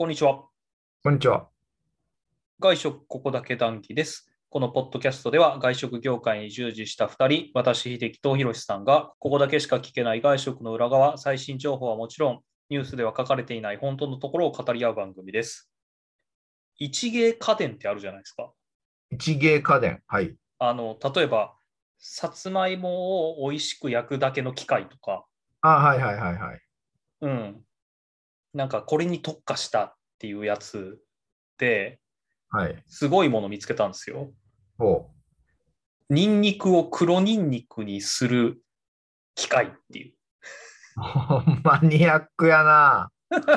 こんにちは。 こんにちは。 外食ここだけ談義です。このポッドキャストでは外食業界に従事した2人、私、秀樹とひろしさんがここだけしか聞けない外食の裏側、最新情報はもちろん、ニュースでは書かれていない本当のところを語り合う番組です。一芸家電ってあるじゃないですか。 一芸家電。はい。 例えば、さつまいもを美味しく焼くだけの機械とか、 はいはいはいはい。 うん、なんかこれに特化したっていうやつで、 はい。 すごいもの見つけたんですよ。 ほニンニクを黒ニンニクにする機械っていう。 う。マニアックやな。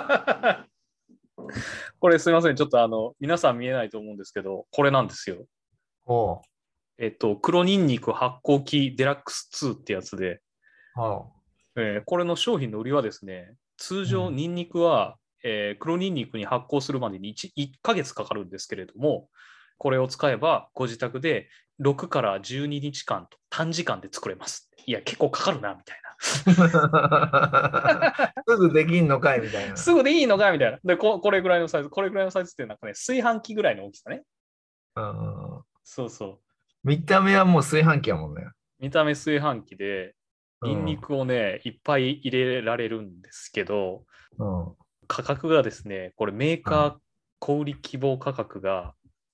これすいません。ちょっと皆さん見えないと思うんですけど、これなんですよ。 ほ黒ニンニク発酵機デラックス2ってやつで、 う。ほこれの商品の売りはですね、通う。うん。 常ニンニクは、黒ニンニクに発酵するまでに1ヶ月かかるんですけれども、これを使えばご自宅で6から12日間と短時間で作れます。いや、結構かかるな、みたいな。 すぐできんのかいみたいな。 すぐでいいのかみたいな。でこれぐらいのサイズ、これぐらいのサイズってなんかね、炊飯器ぐらいの大きさね。 うん。 そうそう。 見た目はもう炊飯器やもんね。 見た目炊飯器で、ニンニうん。 クをね、いっぱい入れられるんですけど、 うん。 価格がですね、これメーはい。 カー小売希望価格が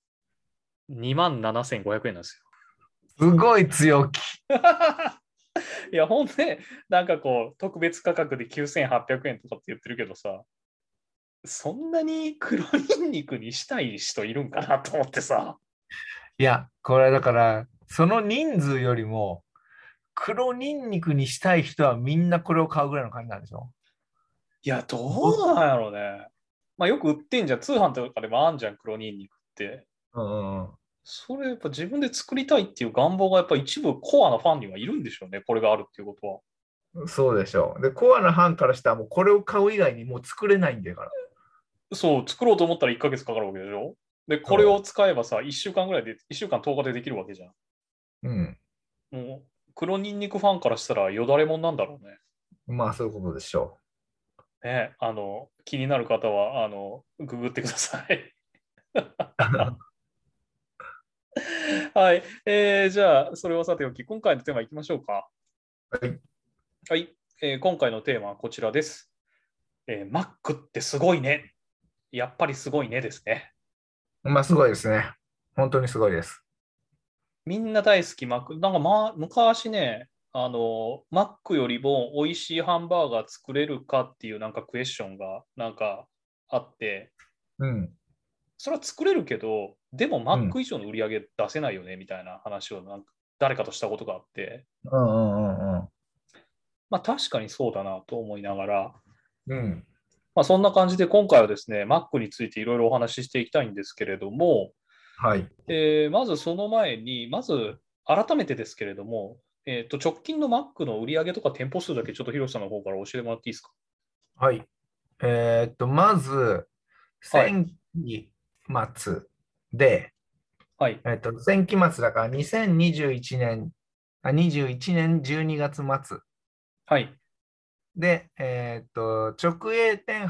27,500円なんですすごい強気。 よ。いや、ほんで、なんかこう、特別価格で9,800円とかって言ってるけどさ、そんなに黒ニンニクにしたい人いるんかなと思ってさ。 いや、これだから、その人数よりも、黒ニンニクにしたい人はみんなこれを買うぐらいの感じなんでしょ？ いや、どぼうなんやろうね。まあ、よく売ってんじゃん。通販とかでもあんじゃん、黒ニンニクって。 うんうんそれやっぱ自分で作りたいっていう願望がやっぱ一部コアなファンにはいるんでしょうね。これがあるっていうことは。 うん。そうでしょう。で、コアなファンからしたらもうこれを買う以外にもう作れないんだから。 そう、作ろうと思ったら1ヶ月かかるわけでしょ。で、これをそ使えばさ、1週間ぐらいで、1週間10日でできるわけじゃん。 う。うん。 もう、黒ニンニクファンからしたらよだれもんなんだろうね。 まあ、そういうことでしょね、気になる方は、ググってください。はい。じゃあ、それはさておき、今回のテーマいきましょうか。 う。はい。 はい。今回のテーマはこちらです。Mac ってすごいね。やっぱりすごいねですね。 まあ、すごいですね。本当にすごいです。 みんな大好き Mac。なんかまあ、昔ね、Mac よりも美味しいハンバーガー作れるかっていうなんかクエスチョンがなんかあって、 うん。 それは作れるけど、でもうん。 Mac 以上の売り上げ出せないよねみたいな話をなんか誰かとしたことがあって、 うんうんうんまあ確かにそうだなと思いながら、 うん。うん。 まあそんな感じで今回はですね、Mac についていろいろお話ししていきたいんですけれども、 はい。 まずその前に、まず改めてですけれども、直近の Mac の売り上げとか店舗数だけちょっと広瀬さんの方から教えてもらっていいですか？ はい。まず、 はい。 先期末で、 はい。 先期末だから2021年、21年12月末はい。 で、直営店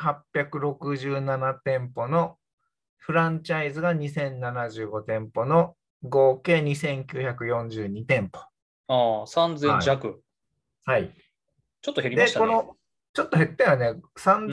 867店舗のフランチャイズが2075店舗の合計2942店舗。 ああ、3000 はい。 弱。 はい。 ちょっと減りまで、 したね。 ちょっと減ったよね。 うん。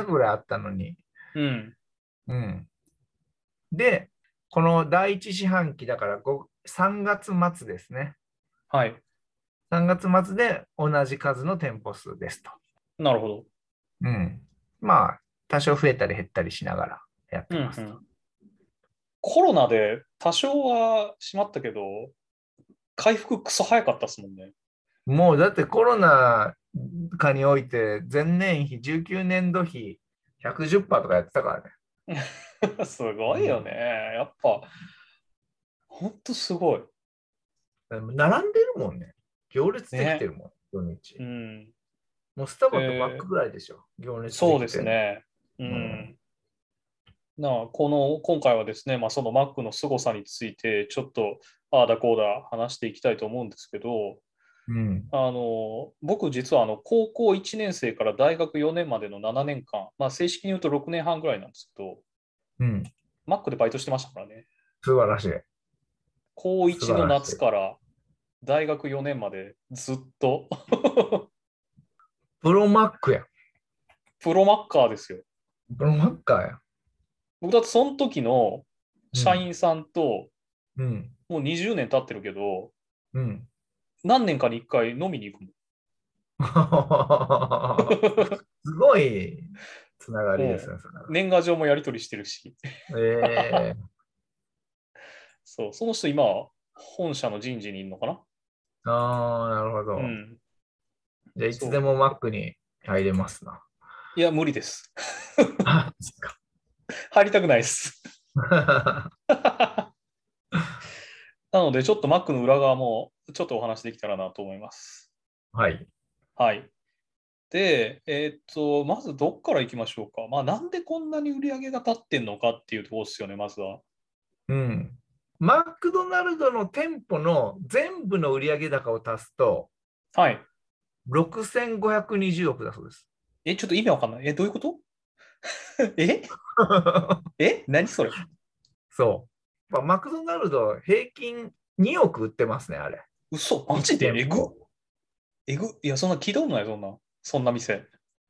3200ぐらいあったのに。 うん。 うん。で、この第一四半期だから3月末ですね。 はい。 3月末で同じ数の店舗数ですと。 なるほど。 うん。まあ、多少増えたり減ったりしながらやっうん。 てますと。 うん。コロナで多少は閉まったけど、回復クソ早かったですもんね。 もうだってコロナ禍において前年比、19年度比110%とかやってたからね。 すごいよね。 うん。 やっぱ、ほんとすごい。 でも並んでるもんね。行列できてね。 るもん、土日。 うん。 もうスタバとマックで、 ぐらいでしょ。行列でそうですきてんの。 ね。ううん。 ん。今回はですね、まあ、その Mac の凄さについて、ちょっとああだこうだ話していきたいと思うんですけど、 うん。 僕実は高校1年生から大学4年までの7年間、まあ正式に言うと6年半ぐらいなんですけど、 うん。 マックでバイトしてましたからね。 素晴らしい。 高1の素晴らしい。 夏から大学4年までずっとプロマックや。 プロマッカーですよ。 プロマッカーや。 僕だってその時のうん。 社員さんとうん。 もう20年経ってるけど、 うん。 何年かに1回飲みに行くすごいつながもん。うん。 りですね、それは。 年賀状もやり取りしてるし。 ええ。 そう、その人今、本社の人事にいるのかな。 ああ、なるほど。 うん。 じゃあ、いつでそう。 もマックに入れますな。 いや、無理です。 あ、そっか。 入りたくないです。なので、ちょっと Mac の裏側もちょっとお話できたらなと思います。 はい。 はい。で、まずどっから行きましょうか。まあ、なんでこんなに売り上げが立ってんのかっていうところですよね、まずは。 うん。マクドナルドの店舗の全部の売上高を足すと、 はい。 6520億だそうです。 ちょっと意味わかんない。どういうことえ何それ。 そう。マクドナルド平均2億売ってますね、あれ。 嘘マジ 1 で店舗。 いや、そんな聞いたことない、そんな店。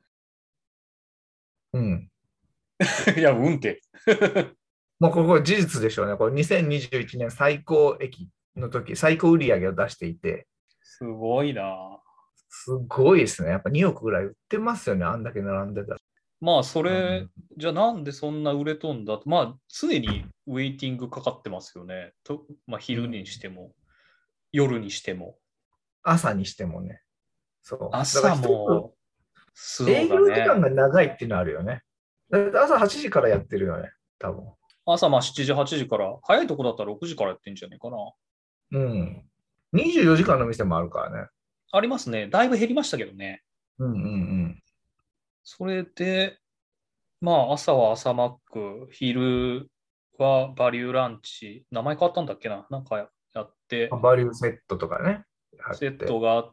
うん。 いや、うんって。 もうここ事実でしょうね。これ2021年最高益の時、最高売上を出していて、 すごいな。 すごいですね。やっぱ2億ぐらい売ってますよね。あんだけ並んでたら。 まあ、そうれ、 ん。 じゃあなんでそんな売れとんだと。まあ、常にウェイティングかかってますよね。まあ、昼にしうん。 ても、夜にしても。 朝にしてもね。そう。だから朝一つも、そう営業時間だね。 が長いっていうのはあるよね。だって朝8時からやってるよね。多分。 朝まあ7時、8時から、早いとこだったら6時からやってんじゃないかな。 うん。24時間の店もあるからね。 ありますね。だいぶ減りましたけどね。 うんうんそれで、まあ、朝は朝マック、昼はバリューランチ、名前変わったんだっけな、なんかやっうん。 て、 バリューセットとかね。あっセットて。 があって、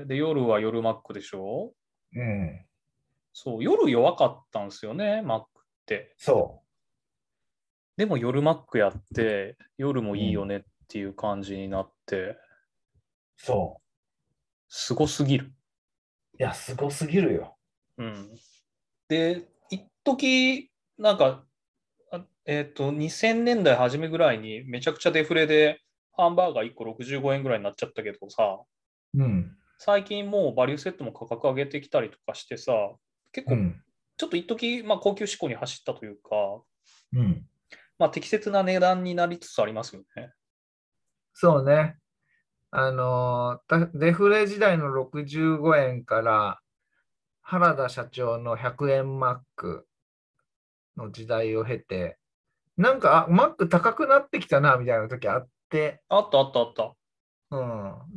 で、夜は夜マックでしょ。 うん。 そう、夜弱かったんですよね、マックって。 そでも夜マックやって、夜もう。うん。 いいよねっていう感じになって、 そすごすぎる。 う。いや、すごすぎるよ。 うん。で、一時なんか、2000年代初めぐらいにめちゃくちゃデフレで、ハンバーガー1個65円ぐらいになっちゃったけどさ、 うん。 最近もうバリューセットも価格上げてきたりとかしてさ、結構、 うん。 ちょっと一時、まあ、高級志向に走ったというか、 うん。 まあ、適切な値段になりつつありますよね。 そうね。デフレ時代の65円から原田社長の100円マックの時代を経て、なんか、マック高くなってきたな、みたいな時あって、 あったあったあった。 うん。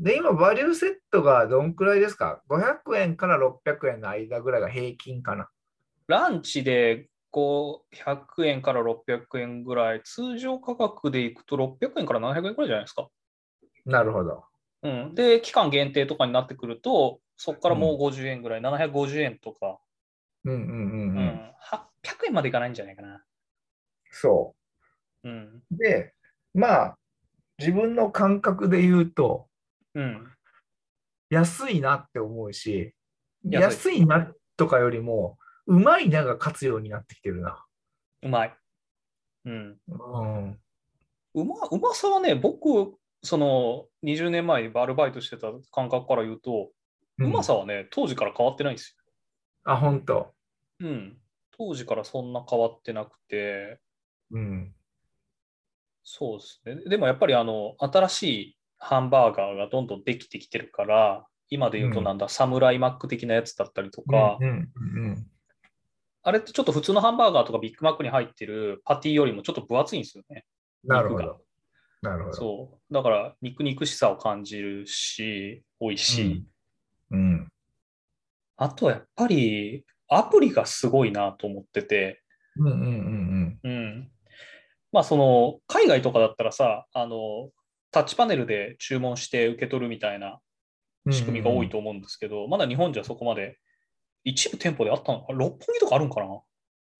で、今、バリューセットがどんくらいですか？ 500 円から600円の間ぐらいが平均かな。 ランチで500円から600円ぐらい、通常価格でいくと600円から700円ぐらいじゃないですか。 なるほど。 うん。で、期間限定とかになってくると、そこからもううん。 50円ぐらい、750円とか、 うんうんうんうん。 うん、800円までいかないんじゃないかな。 そうん。 う。で、まあ、自分の感覚で言うと、 うん。 安いなって思うし、 安い。 安いなとかよりも、うまいなが勝つようになってきてるな。 うまい。うん。 うん。 うまさはね、僕、その20年前にアルバイトしてた感覚から言うと、うまうん。 さはね、当時から変わってないんですあ、本当。 よ。うん。当時からそんな変わってなくて、 うん。 そうですね。でもやっぱり新しいハンバーガーがどんどんできてきてるから、今で言うとうん。 なんだ、サムライマック的なやつだったりとうん。 か、 うん。うん。 あれってちょっと普通のハンバーガーとかビッグマックに入ってるパティよりもちょっと分厚いんですよね。肉が。 なるほど。なるほど。 そう。だから肉しさを感じるし、美味しい。 うん。うん。 あとはやっぱりアプリがすごいなと思ってて、 うん。うん。うん。 うん。まあその海外とかだったらさ、タッチパネルで注文して受け取るみたいな、 仕組みが多いと思うんですけど、まだ日本じゃそこまで一部店舗であったのか、六本木とかあるんかな。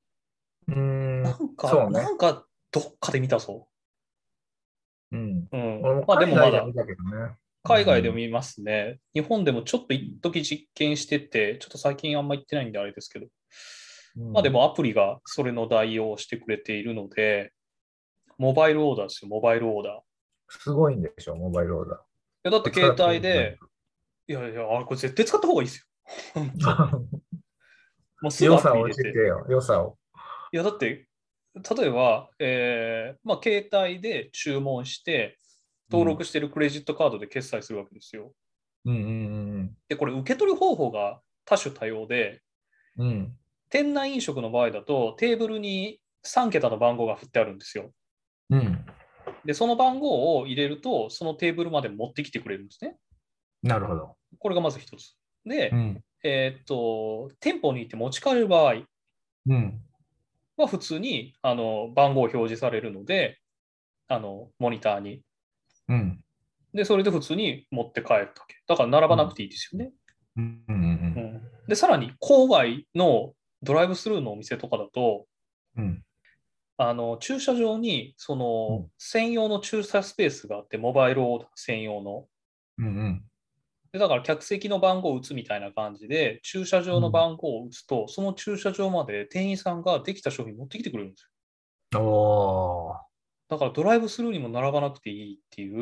そうね。 なんかどっかで見たぞ。 うん。俺もまあで海もまだ外では見たけどね。 海外でも見ますね。日本でもちょっと一時実験してて、ちょっと最近あんま行ってないんであれですけど、まあでもアプリがそれの代用をしてくれているので、モバイルオーダーですよ、モバイルオーダー。いすごいんでしょ、モバイルオーダやだってー。使携ってみたい。 帯で、いやいや、これ絶対使った方がいいですよ。本当。もうすぐアプ良さをリ入れて。 教えてよ、良さを。 いやだって、例えば、まあ、携帯で注文して、登録しているクレジットカードで決済するわけですよ。 うんうんで、これ受け取り方法が多種多様で、 うんうん。 店内飲食の場合だとテーブルに3桁の番号が振ってあるんですよ。 うん。 で、その番号を入れると、そのテーブルまで持ってきてくれるんですね。 なるほど。 これがまず一つ。で、 うん。 店舗に行って持ち帰る場合うん。 は普通に番号を表示されるので、モニターに。 うん。 で、それで普通に持って帰るだけ。だから並ばなくていいですよね。 うんうんうんうん、で、さらに郊外のドライブスルーのお店とかだと、 うん駐車場にそのうん専用の駐車スペースがあって、モバイルオーダー専用の。 うんで、だから客席の番号を打つみたいな感じで、駐車場のうん。 番号を打つと、その駐車場まで店員さんができた商品持ってきてくれるんですよ。 おー。 だからドライブスルーにも並ばなくていいっていう、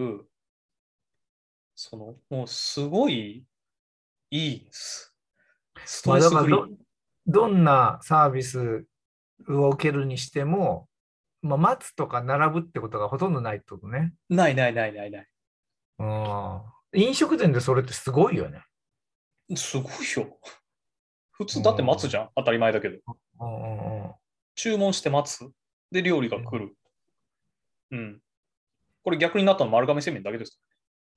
もうすごいいいです。ストまあレだからど、 スフリー。 どんなサービスを受けるにしても、まあ、待つとか並ぶってことがほとんどないってことね。 ないないないないない。 うん。飲食店でそれってすごいよね。 すごいよ。普う通だって待つじん。 ゃん。当たり前だけど。 うん注文して待つ。で、料理が来る。うん。これ逆になったの丸亀製麺だけです。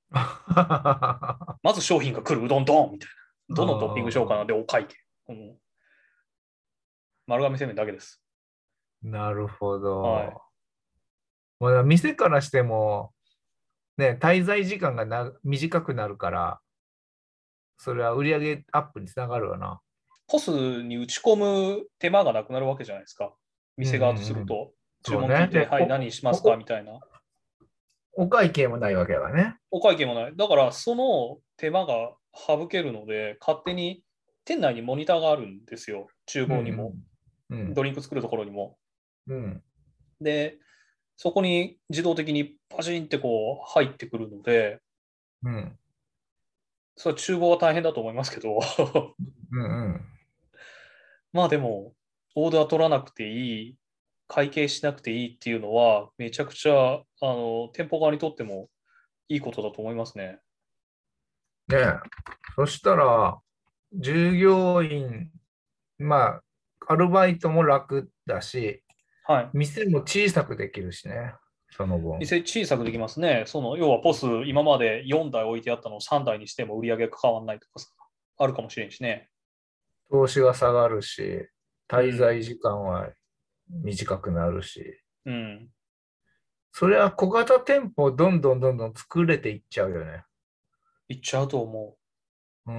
まず商品が来る、うどんドンみたいな。どのトッピングしようかなでお会計。うん、丸亀製麺だけです。 なるほはい。 ど。まあ、店からしても、ね、滞在時間が短くなるから、それは売上アップにつながるわな。 ポスに打ち込む手間がなくなるわけじゃないですか。 うん店側とうんうん。 すると。注そうね。 文聞いて、 で、 はい、何にしますかみたいな。 お会計もないわけだね。 お会計もない。だから、その手間が省けるので、勝手に店内にモニターがあるんですよ。厨うん房にも、 うん。 ドリンク作るところにも。 うん。 で、そこに自動的にパチンってこう入ってくるので、 うん。 それは厨房は大変だと思いますけど、 うんうん。 まあでも、オーダー取らなくていい、会計しなくていいっていうのは、めちゃくちゃ、店舗側にとってもいいことだと思いますね。 ねえ。そしたら、従業員、まあ、アルバイトも楽だし、 はい。 店も小さくできるしね。その分。 店小さくできますね。要はポス、今まで4台置いてあったのを3台にしても売り上げが変わらないとかさ、あるかもしれんしね。 投資が下がるし、滞うん。 在時間は短くなるし。 うん。 それは小型店舗をどんどん作れていっちゃうよね。 いっちゃうと思うん。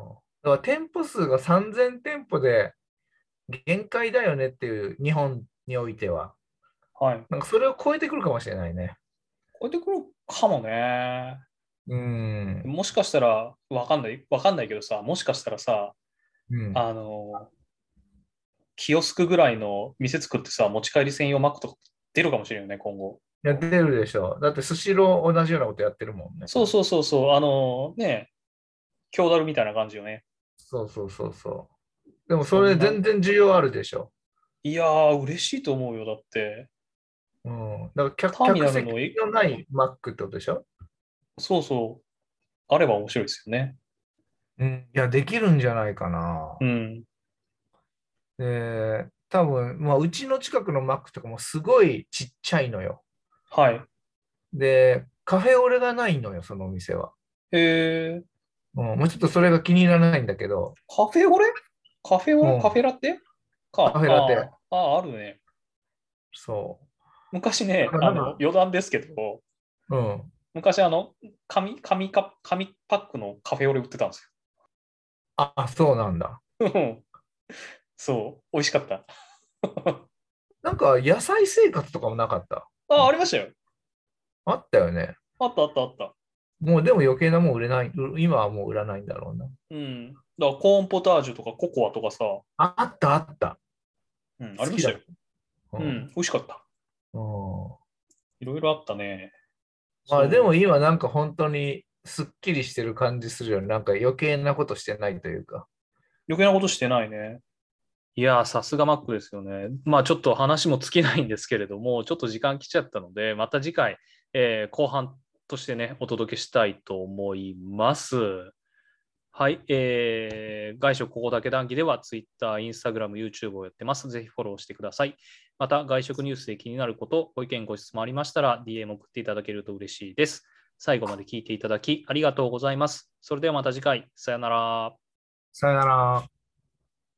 だから店舗数が3000店舗で限界だよねっていう日本においては。 う。はい。 なんかそれを超えてくるかもしれないね。 超えてくるかもね。 うん。 もしかしたら、わかんないけどさ、もしかしたらさ、 うん。 あの、キオスクぐらいの店作ってさ、持ち帰り専用マックとか出るかもしれんよね、今後。 やってるでしょ。だってスシロー同じようなことやってるもんね。 そうそうそうそう、京ダルみたいな感じよね。 そう。でもそれそんな、 全然需要あるでしょ。 いやー、嬉しいと思うよ。だって、 うん。だからターミ客席ナルの、 のないマックってことでしょ。 そうそう、あれば面白いですよね。 うん。いや、できるんじゃないかな。 うん。 多分、まあ、うちの近くのマックとかもすごいちっちゃいのよ。 はい。 で、カフェオレがないのよ、そのお店は。 えー、 うん、もうちょっとそれが気に入らないんだけど、 カフェオレカフェうん、 ラテカか。 フェラテ。 あるね。 そう。 昔ね、 だからなんか、 余談ですけど、 うん。 昔紙パックのカフェオレ売ってたんですあ、そうなんだ。 よ。そう、美味しかった。 なんか野菜生活とかもなかった。 あ、ありましたよ。 あったよね。 あったあったあった。 もうでも余計なもん売れない。今はもう売らないんだろうな。 うん。だからコーンポタージュとかココアとかさ、 あったあった。 うん、あ好きだ。 りましたよ。 うん。 うん、美味しかった。 うん、 いろいろあったね。 まあでもそう。 今なんか本当にすっきりしてる感じするよね。なんか余計なことしてないというか。 余計なことしてないね。いやー、さすがマックですよね。まあちょっと話も尽きないんですけれども、ちょっと時間来ちゃったので、また次回、後半としてね、お届けしたいと思います。はい、外食ここだけ談義では Twitter、Instagram、YouTube をやってます。ぜひフォローしてください。また、外食ニュースで気になること、ご意見、ご質問ありましたら DM 送っていただけると嬉しいです。最後まで聞いていただきありがとうございます。それではまた次回、さよなら。 さよなら。